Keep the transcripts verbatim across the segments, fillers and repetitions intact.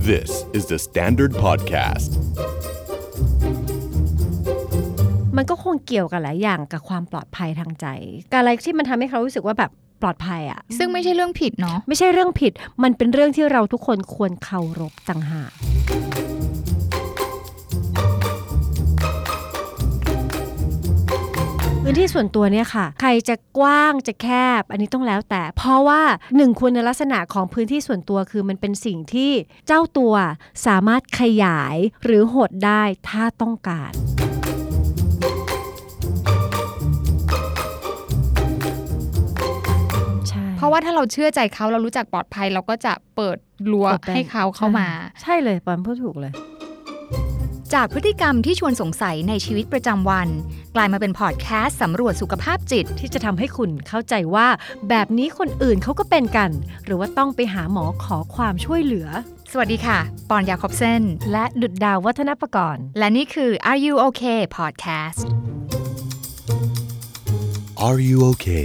This is the Standard Podcast มันก็คงเกี่ยวกับหลายอย่างกับความปลอดภัยทางใจกับอะไรที่มันทำให้เขารู้สึกว่าแบบปลอดภัยอ่ะซึ่งไม่ใช่เรื่องผิดเนาะไม่ใช่เรื่องผิดมันเป็นเรื่องที่เราทุกคนควรเคารพต่างหากพื้นที่ส่วนตัวเนี่ยค่ะใครจะกว้างจะแคบอันนี้ต้องแล้วแต่เพราะว่าหนึ่งคุณลักษณะของพื้นที่ส่วนตัวคือมันเป็นสิ่งที่เจ้าตัวสามารถขยายหรือหดได้ถ้าต้องการเพราะว่าถ้าเราเชื่อใจเขาเรารู้จักปลอดภัยเราก็จะเปิดรั้วให้เขาเข้ามาใช่เลยปอนพูดถูกเลยจากพฤติกรรมที่ชวนสงสัยในชีวิตประจำวันกลายมาเป็นพอดแคสต์สำรวจสุขภาพจิตที่จะทำให้คุณเข้าใจว่าแบบนี้คนอื่นเขาก็เป็นกันหรือว่าต้องไปหาหมอขอความช่วยเหลือสวัสดีค่ะปอนยาคอบเซนและดุจดาววัฒนประกรณ์และนี่คือ Are You Okay Podcast Are You Okay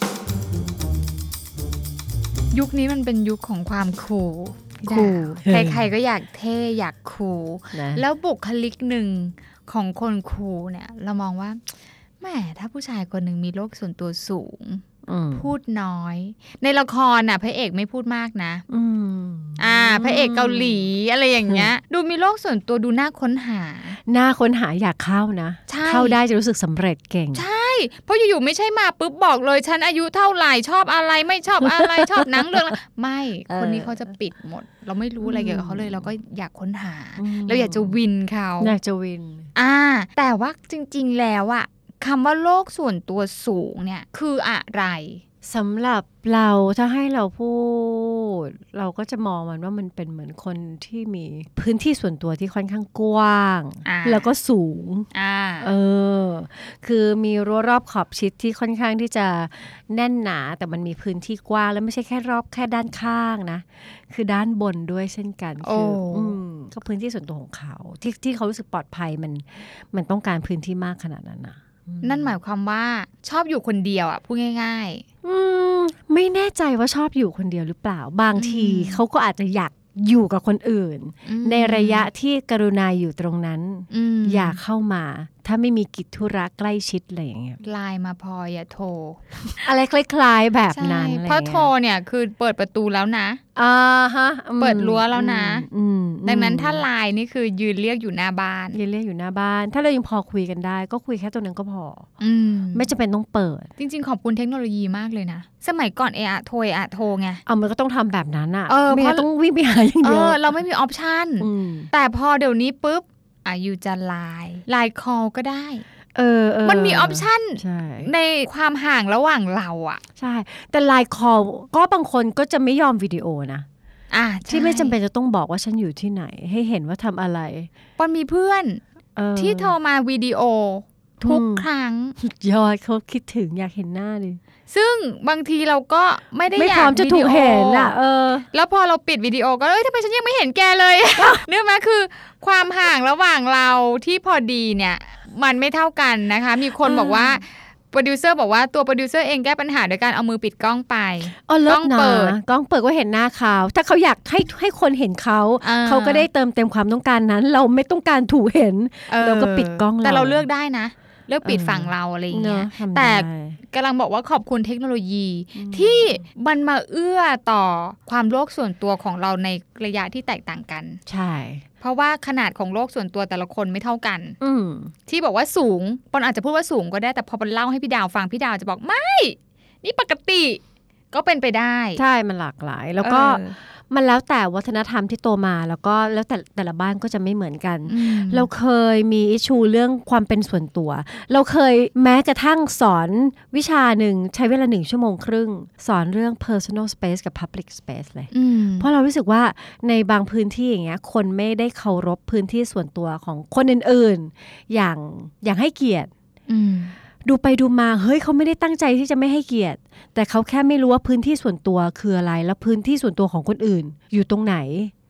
ยุคนี้มันเป็นยุคของความคูลคูลใครๆก็อยากเท่อยากคูลแล้วบุคลิกหนึ่งของคนคูลเนี่ยเรามองว่าแหมถ้าผู้ชายคนหนึ่งมีโลกส่วนตัวสูงพูดน้อยในละครน่ะพระเอกไม่พูดมากนะอ่าพระเอกเกาหลีอะไรอย่างเงี้ยดูมีโลกส่วนตัวดูน่าค้นหาน่าค้นหาอยากเข้านะเข้าได้จะรู้สึกสำเร็จเก่งใช่เพราะอยู่ๆไม่ใช่มาปุ๊บบอกเลยฉันอายุเท่าไหร่ชอบอะไรไม่ชอบอะไรชอบหนังเรื่องไม่คนนี้เขาจะปิดหมดเราไม่รู้อะไรเกี่ยวกับเขาเลยเราก็อยากค้นหาเราอยากจะวินเขาอยากจะวินอ่าแต่ว่าจริงๆแล้วอะคำว่าโลกส่วนตัวสูงเนี่ยคืออะไรสำหรับเราถ้าให้เราพูดเราก็จะมองมันว่ามันเป็นเหมือนคนที่มีพื้นที่ส่วนตัวที่ค่อนข้างกว้างแล้วก็สูงเออคือมีรั้วรอบขอบชิดที่ค่อนข้างที่จะแน่นหนาแต่มันมีพื้นที่กว้างแล้วไม่ใช่แค่รอบแค่ด้านข้างนะคือด้านบนด้วยเช่นกันคืออืมก็พื้นที่ส่วนตัวของเขาที่ที่เขารู้สึกปลอดภัยมันมันต้องการพื้นที่มากขนาดนั้นนะนั่นหมายความว่าชอบอยู่คนเดียวอ่ะพูดง่ายๆอืมไม่แน่ใจว่าชอบอยู่คนเดียวหรือเปล่าบางทีเขาก็อาจจะอยากอยู่กับคนอื่นในระยะที่กรุณาอยู่ตรงนั้นอย่าเข้ามาถ้าไม่มีกิจธุระใกล้ชิดอะไรอย่างเงี้ยไลน์มาพออย่าโทรอะไรคล้ายๆแบบนั้นเพราะโทรเนี่ยคือเปิดประตูแล้วนะอ่าฮะเปิดรั้วแล้วนะดังนั้นถ้าไลน์นี่คือยืนเรียกอยู่หน้าบ้านยืนเรียกอยู่หน้าบ้านถ้าเรายังพอคุยกันได้ก็คุยแค่ตัวนั้นก็พอไม่จำเป็นต้องเปิดจริงๆขอบคุณเทคโนโลยีมากเลยนะสมัยก่อนเออะโทรเออะโทรไงเอามันก็ต้องทำแบบนั้นอ่ะไม่งั้นต้องวิ่งไปหาอย่างเดียวเออเราไม่มีออปชั่นแต่พอเดี๋ยวนี้ปุ๊บอ่ะอยู่จะไลน์ไลน์คอลก็ได้เออมันมีออปชั่นในความห่างระหว่างเราอ่ะใช่แต่ไลน์คอลก็บางคนก็จะไม่ยอมวิดีโอนะอ่ะที่ไม่จำเป็นจะต้องบอกว่าฉันอยู่ที่ไหนให้เห็นว่าทำอะไรปอนมีเพื่อนที่โทรมาวิดีโอทุกครั้งยอดเขาคิดถึงอยากเห็นหน้าเลยซึ่งบางทีเราก็ไม่ได้อยากจะถูกเห็นอ่ะเออแล้วพอเราปิดวิดีโอก็เอ้ยทำไมฉันยังไม่เห็นแกเลยเนื่องมาคือความห่างระหว่างเราที่พอดีเนี่ยมันไม่เท่ากันนะคะมีคนบอกว่าโปรดิวเซอร์บอกว่าตัวโปรดิวเซอร์เองแก้ปัญหาโดยการเอามือปิดกล้องไปกล้องเปิดกล้องเปิดก็เห็นหน้าเขาถ้าเขาอยากให้ให้คนเห็นเขาเขาก็ได้เติมเต็มความต้องการนั้นเราไม่ต้องการถูกเห็นเราก็ปิดกล้องเราแต่เราเลือกได้นะเลือกปิดฝั่งเราอะไรอย่างเงี้ยแต่กำลังบอกว่าขอบคุณเทคโนโลยีที่มันมาเอื้อต่อความโลกส่วนตัวของเราในระยะที่แตกต่างกันใช่เพราะว่าขนาดของโลกส่วนตัวแต่ละคนไม่เท่ากันที่บอกว่าสูงปอนอาจจะพูดว่าสูงก็ได้แต่พอปอนเล่าให้พี่ดาวฟังพี่ดาวจะบอกไม่นี่ปกติก็เป็นไปได้ใช่มันหลากหลายแล้วก็มันแล้วแต่วัฒนธรรมที่โตมาแล้วก็แล้วแต่แต่ละบ้านก็จะไม่เหมือนกันเราเคยมีอิชชูเรื่องความเป็นส่วนตัวเราเคยแม้กระทั่งสอนวิชาหนึ่งใช้เวลาหนึ่งชั่วโมงครึ่งสอนเรื่อง personal space กับ public space เลยเพราะเรารู้สึกว่าในบางพื้นที่อย่างเงี้ยคนไม่ได้เคารพพื้นที่ส่วนตัวของคนอื่นๆอย่างอย่างให้เกียรติดูไปดูมาเฮ้ยเขาไม่ได้ตั้งใจที่จะไม่ให้เกียรติแต่เขาแค่ไม่รู้ว่าพื้นที่ส่วนตัวคืออะไรแล้วพื้นที่ส่วนตัวของคนอื่นอยู่ตรงไหน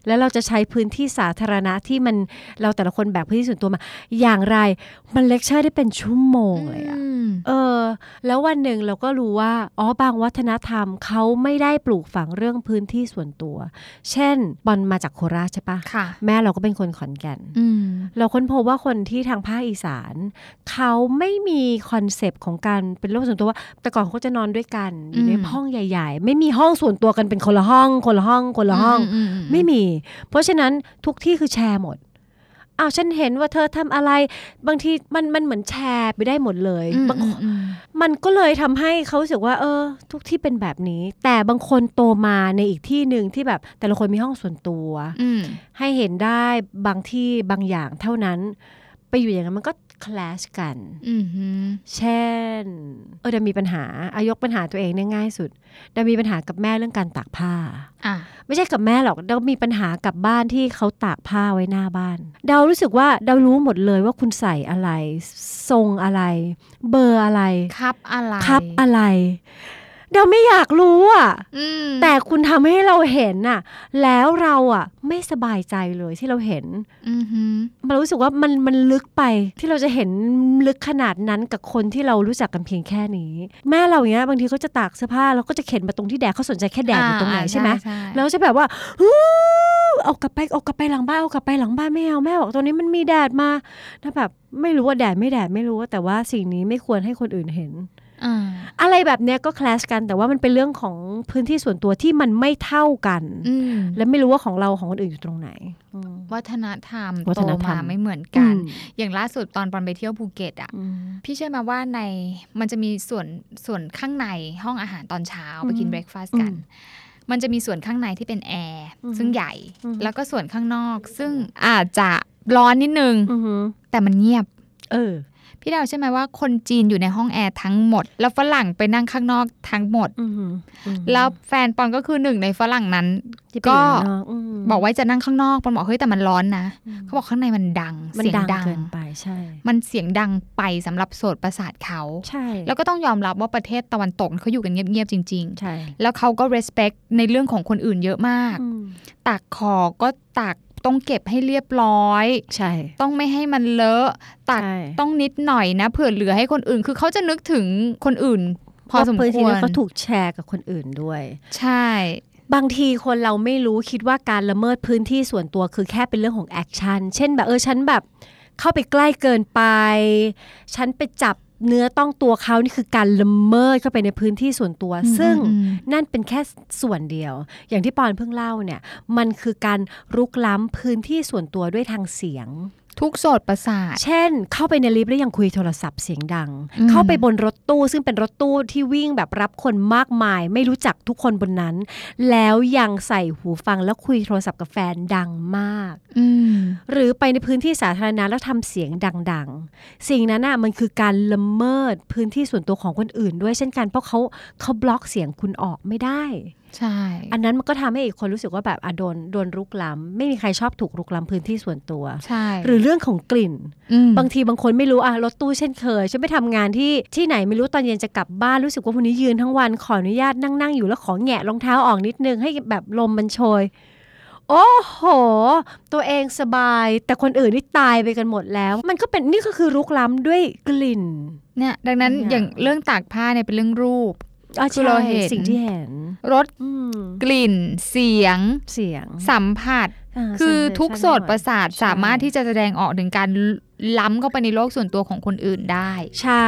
แล้วเราจะใช้พื้นที่สาธารณะที่มันเราแต่ละคนแบกพื้นที่ส่วนตัวมาอย่างไรมันเลคเชอร์ได้เป็นชั่วโมงเลยอะเออแล้ววันหนึ่งเราก็รู้ว่าอ๋อบางวัฒนธรรมเขาไม่ได้ปลูกฝังเรื่องพื้นที่ส่วนตัวเช่นบอลมาจากโคราชใช่ปะแม่เราก็เป็นคนขอนแก่นเราค้นพบว่าคนที่ทางภาคอีสานเขาไม่มีคอนเซปต์ของการเป็นโลกส่วนตัวว่าแต่ก่อนเขาจะนอนด้วยกันอยู่ในห้องใหญ่ๆไม่มีห้องส่วนตัวกันเป็นคนละห้องคนละห้องคนละห้องไม่มีเพราะฉะนั้นทุกที่คือแชร์หมดอ้าวฉันเห็นว่าเธอทำอะไรบางทีมันมันเหมือนแชร์ไปได้หมดเลยบางมันก็เลยทำให้เขารู้สึกว่าเออทุกที่เป็นแบบนี้แต่บางคนโตมาในอีกที่นึงที่แบบแต่ละคนมีห้องส่วนตัวให้เห็นได้บางที่บางอย่างเท่านั้นไปอยู่อย่างนั้นมันก็คลาสกันเช่นเออเดามีปัญหาอายกปัญหาตัวเองเนี่ยง่ายสุดเดามีปัญหากับแม่เรื่องการตากผ้าไม่ใช่กับแม่หรอกเดามีปัญหากับบ้านที่เขาตากผ้าไว้หน้าบ้านเดารู้สึกว่าเดารู้หมดเลยว่าคุณใส่อะไรทรงอะไรเบอร์อะไรคับอะไรคับอะไรเราไม่อยากรู้อ่ะแต่คุณทำให้เราเห็นอ่ะแล้วเราอ่ะไม่สบายใจเลยที่เราเห็นมันรู้สึกว่ามันมันลึกไปที่เราจะเห็นลึกขนาดนั้นกับคนที่เรารู้จักกันเพียงแค่นี้แม่เราอย่างเงี้ยบางทีเขาจะตากเสื้อผ้าแล้วก็จะเข็นมาตรงที่แดดเขาสนใจแค่แดดอยู่ตรงไหนใช่ไหมแล้วจะแบบว่าเอากลับไปเอากลับไปหลังบ้านเอากลับไปหลังบ้านไม่เอาแม่บอกตอนนี้มันมีแดดมาถ้าแบบไม่รู้ว่าแดดไม่แดดไม่รู้แต่ว่าสิ่งนี้ไม่ควรให้คนอื่นเห็นอะไรแบบเนี้ยก็คลาสกันแต่ว่ามันเป็นเรื่องของพื้นที่ส่วนตัวที่มันไม่เท่ากันและไม่รู้ว่าของเราของคนอื่นอยู่ตรงไหนวัฒนธรรมโตมาไม่เหมือนกันอย่างล่าสุดตอนปอนไปเที่ยวภูเก็ตอ่ะพี่เชื่อมาว่าในมันจะมีส่วนส่วนข้างในห้องอาหารตอนเช้าไปกินเบรคฟาสต์กันมันจะมีส่วนข้างในที่เป็นแอร์ซึ่งใหญ่แล้วก็ส่วนข้างนอกซึ่งอาจจะร้อนนิดนึงแต่มันเงียบเออพี่ดาวใช่ไหมว่าคนจีนอยู่ในห้องแอร์ทั้งหมดแล้วฝรั่งไปนั่งข้างนอกทั้งหมดแล้วแฟนปอนก็คือหนึ่งในฝรั่งนั้นก็บอกว่าจะนั่งข้างนอกปอนบอกเฮ้ยแต่มันร้อนนะเขาบอกข้างในมันดังเสียงดังเกินไปใช่มันเสียงดังไปสำหรับโสตประสาทเขาใช่แล้วก็ต้องยอมรับว่าประเทศตะวันตกเขาอยู่กันเงียบๆจริงๆใช่แล้วเขาก็ respect ในเรื่องของคนอื่นเยอะมากตากคอก็ตากต้องเก็บให้เรียบร้อยใช่ต้องไม่ให้มันเลอะตัดต้องนิดหน่อยนะเผื่อเหลือให้คนอื่นคือเขาจะนึกถึงคนอื่นพอสมควรเขาถูกแชร์กับคนอื่นด้วยใช่บางทีคนเราไม่รู้คิดว่าการละเมิดพื้นที่ส่วนตัวคือแค่เป็นเรื่องของแอคชั่นเช่นแบบเออฉันแบบเข้าไปใกล้เกินไปฉันไปจับเนื้อต้องตัวเขานี่คือการละเมิดเข้าไปในพื้นที่ส่วนตัวซึ่งนั่นเป็นแค่ส่วนเดียวอย่างที่ปอนเพิ่งเล่าเนี่ยมันคือการรุกล้ำพื้นที่ส่วนตัวด้วยทางเสียงทุกโสตประสาทเช่นเข้าไปในลิฟต์แล้วยังคุยโทรศัพท์เสียงดังเข้าไปบนรถตู้ซึ่งเป็นรถตู้ที่วิ่งแบบรับคนมากมายไม่รู้จักทุกคนบนนั้นแล้วยังใส่หูฟังแล้วคุยโทรศัพท์กับแฟนดังมากหรือไปในพื้นที่สาธารณะแล้วทำเสียงดังๆสิ่งนั้นน่ะมันคือการละเมิดพื้นที่ส่วนตัวของคนอื่นด้วยเช่นกันเพราะเขาเขาบล็อกเสียงคุณออกไม่ได้ใช่อันนั้นมันก็ทำให้อีกคนรู้สึกว่าแบบอ่ะโดนโดนรุกล้ำไม่มีใครชอบถูกรุกล้ำพื้นที่ส่วนตัวใช่หรือเรื่องของกลิ่นบางทีบางคนไม่รู้อ่ะรถตู้เช่นเคยฉันไปทำงานที่ที่ไหนไม่รู้ตอนเย็นจะกลับบ้านรู้สึกว่าวันนี้ยืนทั้งวันขออนุญาตนั่งนั่งอยู่แล้วขอแงะรองเท้าออกนิดนึงให้แบบลมมันโชยโอ้โหตัวเองสบายแต่คนอื่นนี่ตายไปกันหมดแล้วมันก็เป็นนี่ก็คือรุกล้ำด้วยกลิ่นเนี่ยดังนั้นอย่างเรื่องตากผ้าเนี่ยเป็นเรื่องรูปคือเราเห็นสิ่งที่เห็นรสกลิ่นเสียงเสียงสัมผัสคือทุกโสตประสาทสามารถที่จะแสดงออกถึงการล้ำเข้าไปในโลกส่วนตัวของคนอื่นได้ใช่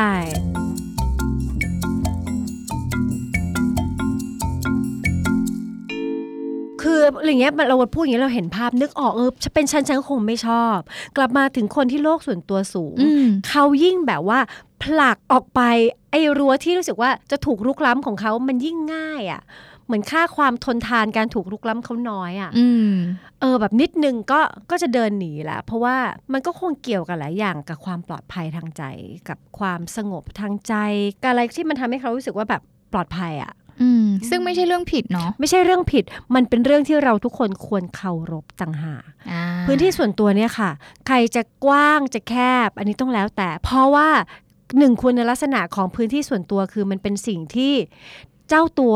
คืออย่างเงี้ยเราพูดอย่างเงี้ยเราเห็นภาพนึกออกเออเป็นฉันฉันคงไม่ชอบกลับมาถึงคนที่โลกส่วนตัวสูงเขายิ่งแบบว่าผลักออกไปไอ้รั้วที่รู้สึกว่าจะถูกรุกล้ำของเขามันยิ่งง่ายอ่ะเหมือนค่าความทนทานการถูกรุกล้ำเขาน้อยอ่ะเออแบบนิดนึงก็ก็จะเดินหนีละเพราะว่ามันก็คงเกี่ยวกับหลายอย่างกับความปลอดภัยทางใจกับความสงบทางใจกับอะไรที่มันทำให้เขารู้สึกว่าแบบปลอดภัยอ่ะซึ่งไม่ใช่เรื่องผิดเนาะไม่ใช่เรื่องผิดมันเป็นเรื่องที่เราทุกคนควรเคารพต่างหากพื้นที่ส่วนตัวเนี่ยค่ะใครจะกว้างจะแคบอันนี้ต้องแล้วแต่เพราะว่าหนึ่งคุณลักษณะของพื้นที่ส่วนตัวคือมันเป็นสิ่งที่เจ้าตัว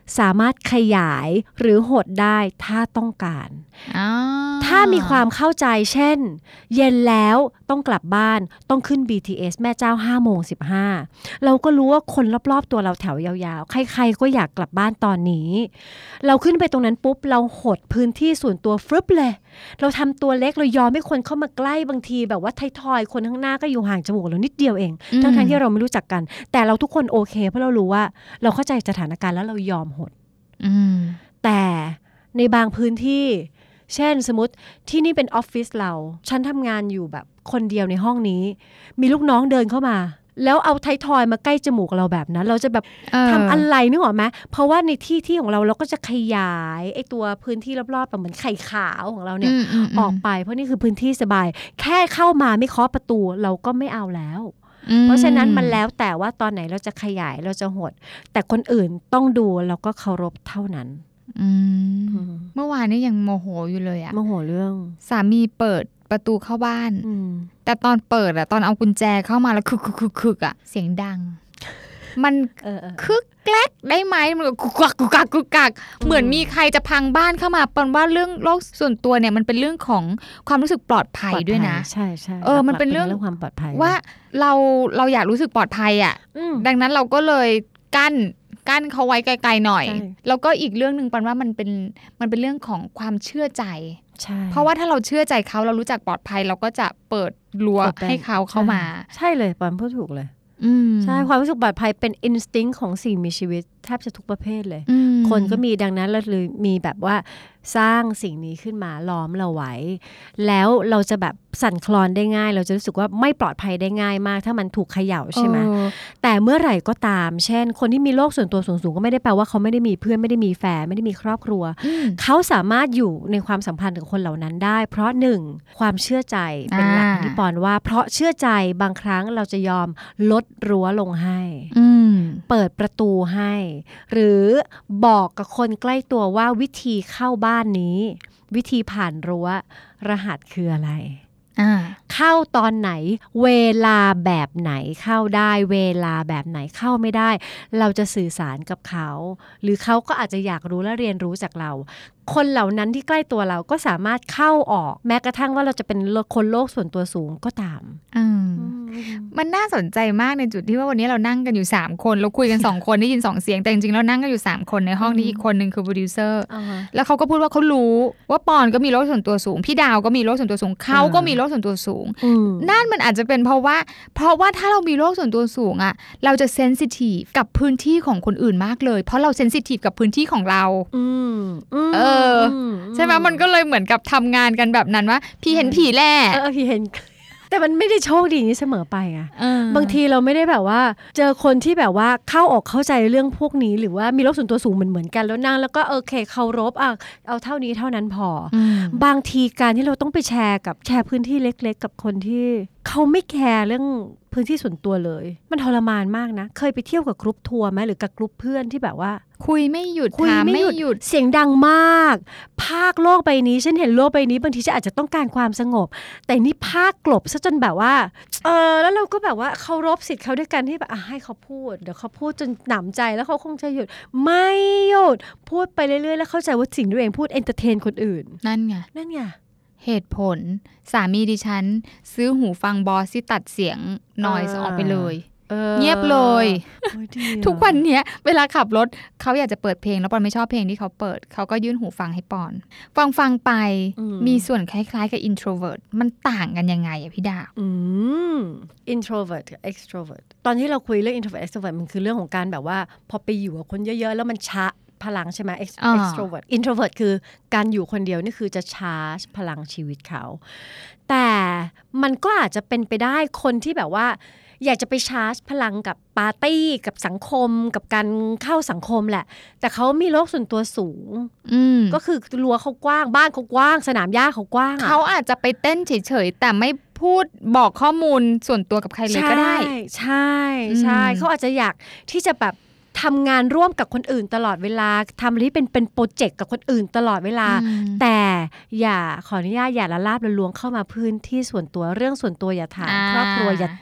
สามารถขยายหรือหดได้ถ้าต้องการถ้ามีความเข้าใจเช่นเย็นแล้วต้องกลับบ้านต้องขึ้น บี ที เอส แม่เจ้า ห้าโมงสิบห้า เราก็รู้ว่าคนรอบๆตัวเราแถวยาวๆใครๆก็อยากกลับบ้านตอนนี้เราขึ้นไปตรงนั้นปุ๊บเราหดพื้นที่ส่วนตัวฟรึบเลยเราทำตัวเล็กเรายอมให้คนเข้ามาใกล้บางทีแบบว่าไททอยคนข้างหน้าก็อยู่ห่างจมูกเรานิดเดียวเองทั้งๆที่เราไม่รู้จักกันแต่เราทุกคนโอเคเพราะเรารู้ว่าเราเข้าใจสถานการณ์แล้วเรายอมหดแต่ในบางพื้นที่เช่นสมมติที่นี่เป็นออฟฟิศเราฉันทำงานอยู่แบบคนเดียวในห้องนี้มีลูกน้องเดินเข้ามาแล้วเอาไททอยมาใกล้จมูกเราแบบนั้นเราจะแบบทำอะไรนึกออกไหมเพราะว่าในที่ที่ของเราเราก็จะขยายไอ้ตัวพื้นที่รอบๆแบบเหมือนไข่ขาวของเราเนี่ยออกไปเพราะนี่คือพื้นที่สบายแค่เข้ามาไม่เคาะประตูเราก็ไม่เอาแล้วเพราะฉะนั้นมันแล้วแต่ว่าตอนไหนเราจะขยายเราจะหดแต่คนอื่นต้องดูแล้วก็เคารพเท่านั้นเมื่อวานนี้ยังโมโหอยู่เลยอะโมโหเรื่องสามีเปิดประตูเข้าบ้านแต่ตอนเปิดอะตอนเอากุญแจเข้ามาแล้วคึกคึกคึกคึกอะเสียงดังมันคึกแกลกได้ไหมมันกุกกักกุกกักกุกกักเหมือนมีใครจะพังบ้านเข้ามาปนว่าเรื่องโลกส่วนตัวเนี่ยมันเป็นเรื่องของความรู้สึกปลอดภัยด้วยนะใช่ใช่เออมันเป็นเรื่องความปลอดภัยว่าเราเราอยากรู้สึกปลอดภัยอะดังนั้นเราก็เลยกั้นกั้นเขาไว้ไกลๆหน่อยแล้วก็อีกเรื่องนึงปันว่ามันเป็นมันเป็นเรื่องของความเชื่อใจเพราะว่าถ้าเราเชื่อใจเขาเรารู้จักปลอดภัยเราก็จะเปิดรั้วให้เขาเข้ามาใช่เลยปันพูดถูกเลยใช่ความรู้สึกปลอดภัยเป็น instinct ของสิ่งมีชีวิตแทบจะทุกประเภทเลยคนก็มีดังนั้นเราเลยมีแบบว่าสร้างสิ่งนี้ขึ้นมาล้อมเราไว้แล้วเราจะแบบสั่นคลอนได้ง่ายเราจะรู้สึกว่าไม่ปลอดภัยได้ง่ายมากถ้ามันถูกเขย่าใช่ไหมแต่เมื่อไหร่ก็ตามเช่นคนที่มีโรคส่วนตัวสูงๆก็ไม่ได้แปลว่าเขาไม่ได้มีเพื่อนไม่ได้มีแฟนไม่ได้มีครอบครัวเขาสามารถอยู่ในความสัมพันธ์กับคนเหล่านั้นได้เพราะหนึ่งความเชื่อใจเป็นหลักที่ปอนว่าเพราะเชื่อใจบางครั้งเราจะยอมลดรั้วลงให้เปิดประตูให้หรือบอกกับคนใกล้ตัวว่าวิธีเข้าบ้านนี้วิธีผ่านรั้วรหัสคืออะไรเข้าตอนไหนเวลาแบบไหนเข้าได้เวลาแบบไหนเข้าไม่ได้เราจะสื่อสารกับเขาหรือเขาก็อาจจะอยากรู้และเรียนรู้จากเราคนเหล่านั้นที่ใกล้ตัวเราก็สามารถเข้าออกแม้กระทั่งว่าเราจะเป็นคนโลกส่วนตัวสูงก็ตามมันน่าสนใจมากในจุดที่ว่าวันนี้เรานั่งกันอยู่สามคนเราคุยกันสองคนได้ยินสองเสียงแต่จริงๆเรานั่งกันอยู่สามคนในห้องนี้อีกคนนึงคือโปรดิวเซอร์แล้วเขาก็พูดว่าเขารู้ว่าปอนก็มีโลกส่วนตัวสูงพี่ดาวก็มีโลกส่วนตัวสูงเขาก็มีโลกส่วนตัวสูงนั่นมันอาจจะเป็นเพราะว่าเพราะว่าถ้าเรามีโลกส่วนตัวสูงอ่ะเราจะเซนซิทีฟกับพื้นที่ของคนอื่นมากเลยเพราะเราเซนซิทีฟกับพื้นที่ของเราเออใช่ไหมมันก็เลยเหมือนกับทำงานกันแบบนั้นว่าพี่เห็นผีแหละเออพี่เห็นแต่มันไม่ได้โชคดีนี้เสมอไปไงบางทีเราไม่ได้แบบว่าเจอคนที่แบบว่าเข้าออกเข้าใจเรื่องพวกนี้หรือว่ามีโลกส่วนตัวสูงเหมือนเหมือนกันแล้วนั่งแล้วก็โอเคเคารพอ่ะเอาเท่านี้เท่านั้นพอบางทีการที่เราต้องไปแชร์กับแชร์พื้นที่เล็กๆกับคนที่เขาไม่แคร์เรื่องพื้นที่ส่วนตัวเลยมันทรมานมากนะเคยไปเที่ยวกับกรุ๊ปทัวร์ไหมหรือกับกรุ๊ปเพื่อนที่แบบว่าคุยไม่หยุดคุยไม่หยุดเสียงดังมากภาคโลกใบนี้ฉันเห็นโลกใบนี้บางทีฉันอาจจะต้องการความสงบแต่นี่ภาคกลบซะจนแบบว่าเออแล้วเราก็แบบว่าเคารพสิทธิ์เขาด้วยกันที่แบบให้เขาพูดเดี๋ยวเขาพูดจนหนำใจแล้วเขาคงจะหยุดไม่หยุดพูดไปเรื่อยๆแล้วเข้าใจว่าสิ่งที่ตัวเองพูดเอนเตอร์เทนคนอื่นนั่นไงนั่นไงเหตุผลสามีดิฉันซื้อหูฟังบอสที่ตัดเสียงนอยส์ออกไปเลยเงียบเลยทุกวันนี้เวลาขับรถเขาอยากจะเปิดเพลงแล้วปอนไม่ชอบเพลงที่เขาเปิดเขาก็ยื่นหูฟังให้ปอนฟังฟังไปมีส่วนคล้ายๆกับ introvert มันต่างกันยังไงอะพี่ดาวอืม introvert กับ extrovert ตอนที่เราคุยเรื่อง introvert extrovert มันคือเรื่องของการแบบว่าพอไปอยู่กับคนเยอะๆแล้วมันชะพลังใช่ไหม extrovert introvert คือการอยู่คนเดียวนี่คือจะชาร์จพลังชีวิตเขาแต่มันก็อาจจะเป็นไปได้คนที่แบบว่าอยากจะไปชาร์จพลังกับปาร์ตี้กับสังคมกับการเข้าสังคมแหละแต่เขามีโลกส่วนตัวสูงก็คือรั้วเขากว้างบ้านเขากว้างสนามหญ้าเขากว้างเขาอาจจะไปเต้นเฉยๆแต่ไม่พูดบอกข้อมูลส่วนตัวกับใครเลยก็ได้ใช่ใช่เขาอาจจะอยากที่จะแบบทำงานร่วมกับคนอื่นตลอดเวลาทำอะไรที่เป็นเป็นโปรเจกต์กับคนอื่นตลอดเวลาแต่อย่าขออนุญาตอย่าละลาบละลวงเข้ามาพื้นที่ส่วนตัวเรื่องส่วนตัวอย่าถามครอบครัวอย่าแตะ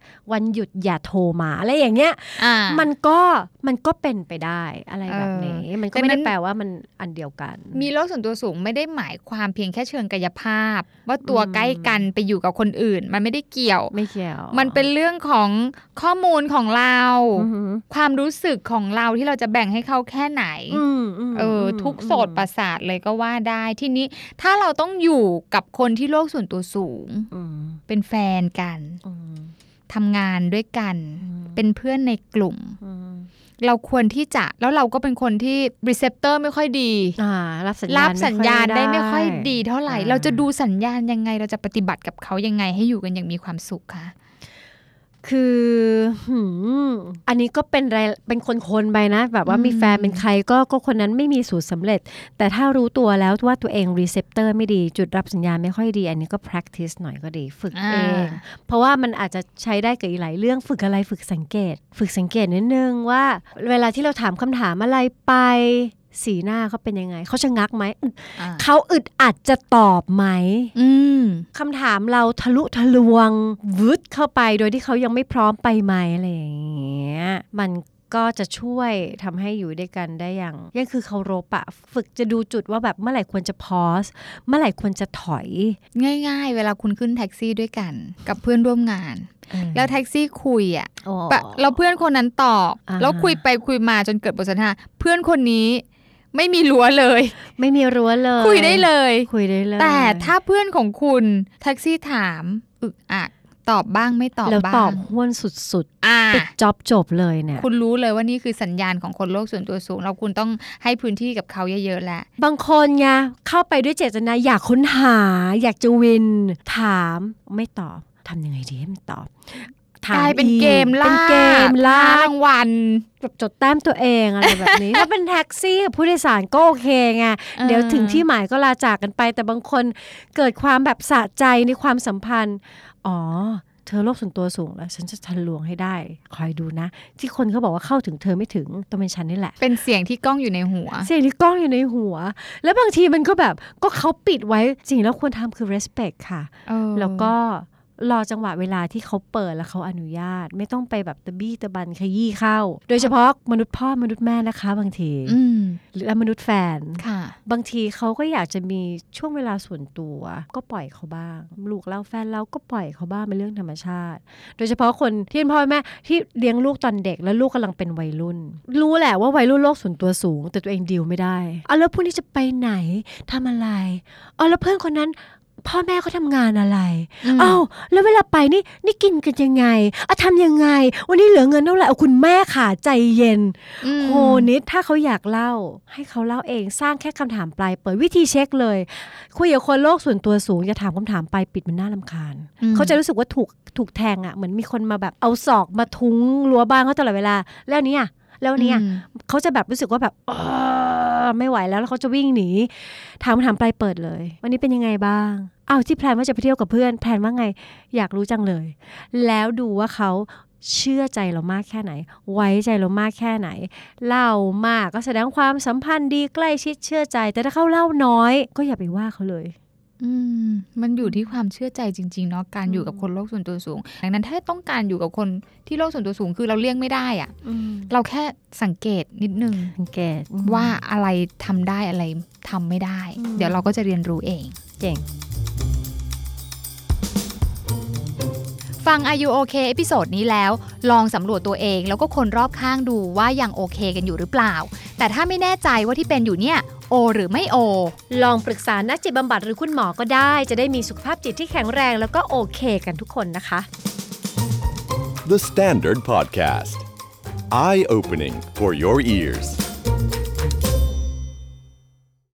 วันหยุดอย่าโทรมาอะไรอย่างเงี้ยมันก็มันก็เป็นไปได้อะไรแบบนี้มันก็ไม่ได้แปลว่ามันอันเดียวกันมีโลกส่วนตัวสูงไม่ได้หมายความเพียงแค่เชิงกายภาพว่าตัวใกล้กันไปอยู่กับคนอื่นมันไม่ได้เกี่ยวไม่เกี่ยวมันเป็นเรื่องของข้อมูลของเราความรู้สึกของเราที่เราจะแบ่งให้เขาแค่ไหนเออทุกโสตประสาทเลยก็ว่าได้ทีนี้ถ้าเราต้องอยู่กับคนที่โลกส่วนตัวสูงเป็นแฟนกันทำงานด้วยกันเป็นเพื่อนในกลุ่มเราควรที่จะแล้วเราก็เป็นคนที่รีเซพเตอร์ไม่ค่อยดีรับสัญญาณรับสัญญาณได้ไม่ค่อยดีเท่าไหร่เราจะดูสัญญาณยังไงเราจะปฏิบัติกับเขายังไงให้อยู่กันอย่างมีความสุขคะคืออันนี้ก็เป็นอะไรเป็นคนๆไปนะแบบว่ามีแฟนเป็นใครก็ก็คนนั้นไม่มีสูตรสำเร็จแต่ถ้ารู้ตัวแล้วว่าตัวเองรีเซพเตอร์ไม่ดีจุดรับสัญญาณไม่ค่อยดีอันนี้ก็ practice หน่อยก็ดีฝึกเองเพราะว่ามันอาจจะใช้ได้กับอีกหลายเรื่องฝึกอะไรฝึกสังเกตฝึกสังเกตนิดนึงว่าเวลาที่เราถามคำถามอะไรไปสีหน้าเขาเป็นยังไงเขาชะงักไหมเขาอึดอัดจะตอบไหมคำถามเราทะลุทะลวงวึดเข้าไปโดยที่เขายังไม่พร้อมไปไหมอะไรอย่างเงี้ยมันก็จะช่วยทำให้อยู่ด้วยกันได้อย่างยังคือเคารพอะฝึกจะดูจุดว่าแบบเมื่อไหร่ควรจะพอสเมื่อไหร่ควรจะถอยง่ายๆเวลาคุณขึ้นแท็กซี่ด้วยกันกับเพื่อนร่วมงานแล้วแท็กซี่คุยอ่ะแล้วเพื่อนคนนั้นตอบแล้วคุยไปคุยมาจนเกิดบทสนทนาเพื่อนคนนี้ไม่มีรั้วเลยไม่มีรั้วเลยคุยได้เลยคุยได้เลยแต่ถ้าเพื่อนของคุณแท็กซี่ถามอึกอักตอบบ้างไม่ตอบบ้างแล้วตอบห้วนสุดๆปิดจ็อบจบเลยเนี่ยคุณรู้เลยว่านี่คือสัญญาณของคนโลกส่วนตัวสูงเราคุณต้องให้พื้นที่กับเขาเยอะๆแหละบางคนไงเข้าไปด้วยเจตนาอยากค้นหาอยากจะวินถามไม่ตอบทำยังไงดีให้มันตอบกลายเป็นเกมล่าเกมล่ารางวัลแบบจดแต้มตัวเองอะไรแบบนี้ ถ้าเป็นแท็กซี่ผู้โดยสารก็โอเคไงเดี๋ยวถึงที่หมายก็ลาจากกันไปแต่บางคนเกิดความแบบสะใจในความสัมพันธ์อ๋อเธอโลกส่วนตัวสูงแล้วฉันจะทะลวงให้ได้คอยดูนะที่คนเขาบอกว่าเข้าถึงเธอไม่ถึงต้องเป็นฉันนี่แหละเป็นเสียงที่ก้องอยู่ในหัวเสียงที่ก้องอยู่ในหัวแล้วบางทีมันก็แบบก็เขาปิดไว้จริงแล้วควรทำคือ respect ค่ะแล้วก็รอจังหวะเวลาที่เขาเปิดแล้วเขาอนุญาตไม่ต้องไปแบบตะบี้ตะบันขยี้เข้าโดยเฉพาะมนุษย์พ่อมนุษย์แม่นะคะบางทีหรือมนุษย์แฟนบางทีเขาก็อยากจะมีช่วงเวลาส่วนตัวก็ปล่อยเขาบ้างลูกเราแฟนเราก็ปล่อยเขาบ้างเป็นเรื่องธรรมชาติโดยเฉพาะคนที่เป็นพ่อแม่ที่เลี้ยงลูกตอนเด็กแล้วลูกกำลังเป็นวัยรุ่นรู้แหละว่าวัยรุ่นโลกส่วนตัวสูงแต่ตัวเองดีลไม่ได้เอาแล้วพวกนี้จะไปไหนทำอะไรเอาแล้วเพื่อนคนนั้นพ่อแม่เขาทำงานอะไรเอ้าแล้วเวลาไปนี่นี่กินกันยังไงอะทำยังไงวันนี้เหลือเงินเท่าไหร่เอาคุณแม่ขาใจเย็นโหนิดถ้าเขาอยากเล่าให้เขาเล่าเองสร้างแค่คำถามปลายเปิดวิธีเช็คเลยคุยกับคนโลกส่วนตัวสูงอย่าถามคำถามปลายปิดมันน่ารำคาญเขาจะรู้สึกว่าถูกถูกแทงอ่ะเหมือนมีคนมาแบบเอาศอกมาทุ้งรั้วบ้านเขาตลอดเวลาแล้วเนี่ยแล้วเนี่ยเขาจะแบบรู้สึกว่าแบบไม่ไหวแล้วแล้วเขาจะวิ่งหนีถามคำถามปลายเปิดเลยวันนี้เป็นยังไงบ้างอ้าวที่แพลนว่าจะไปเที่ยวกับเพื่อนแพลนว่าไงอยากรู้จังเลยแล้วดูว่าเขาเชื่อใจเรามากแค่ไหนไว้ใจเรามากแค่ไหนเล่ามากก็แสดงความสัมพันธ์ดีใกล้ชิดเชื่อใจแต่ถ้าเขาเล่าน้อยก็อย่าไปว่าเขาเลยอืมมันอยู่ที่ความเชื่อใจจริงๆเนาะการอยู่กับคนโลกส่วนตัวสูงดังนั้นถ้าต้องการอยู่กับคนที่โลกส่วนตัวสูงคือเราเลี่ยงไม่ได้อะเราแค่สังเกตนิดนึงสังเกตว่าอะไรทำได้อะไรทำไม่ได้เดี๋ยวเราก็จะเรียนรู้เองเจ๋งฟัง Are You OK เอพิโซดนี้แล้วลองสำรวจตัวเองแล้วก็คนรอบข้างดูว่ายังโอเคกันอยู่หรือเปล่าแต่ถ้าไม่แน่ใจว่าที่เป็นอยู่เนี่ยโอหรือไม่โอลองปรึกษานักจิตบำบัดหรือคุณหมอก็ได้จะได้มีสุขภาพจิตที่แข็งแรงแล้วก็โอเคกันทุกคนนะคะ The Standard Podcast Eye Opening for Your Ears